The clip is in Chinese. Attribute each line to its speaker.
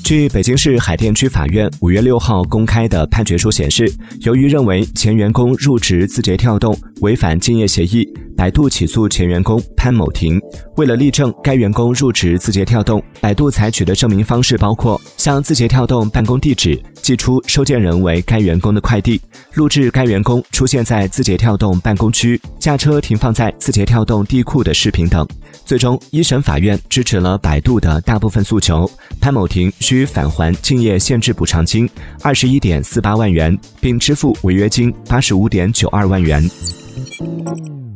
Speaker 1: 据北京市海淀区法院5月6号公开的判决书显示，由于认为前员工入职字节跳动违反竞业协议，百度起诉前员工潘某婷。为了力证该员工入职字节跳动，百度采取的证明方式包括向字节跳动办公地址寄出收件人为该员工的快递，录制该员工出现在字节跳动办公区、驾车停放在字节跳动地库的视频等。最终，一审法院支持了百度的大部分诉求，潘某婷需返还竞业限制补偿金21.48万元，并支付违约金85.92万元。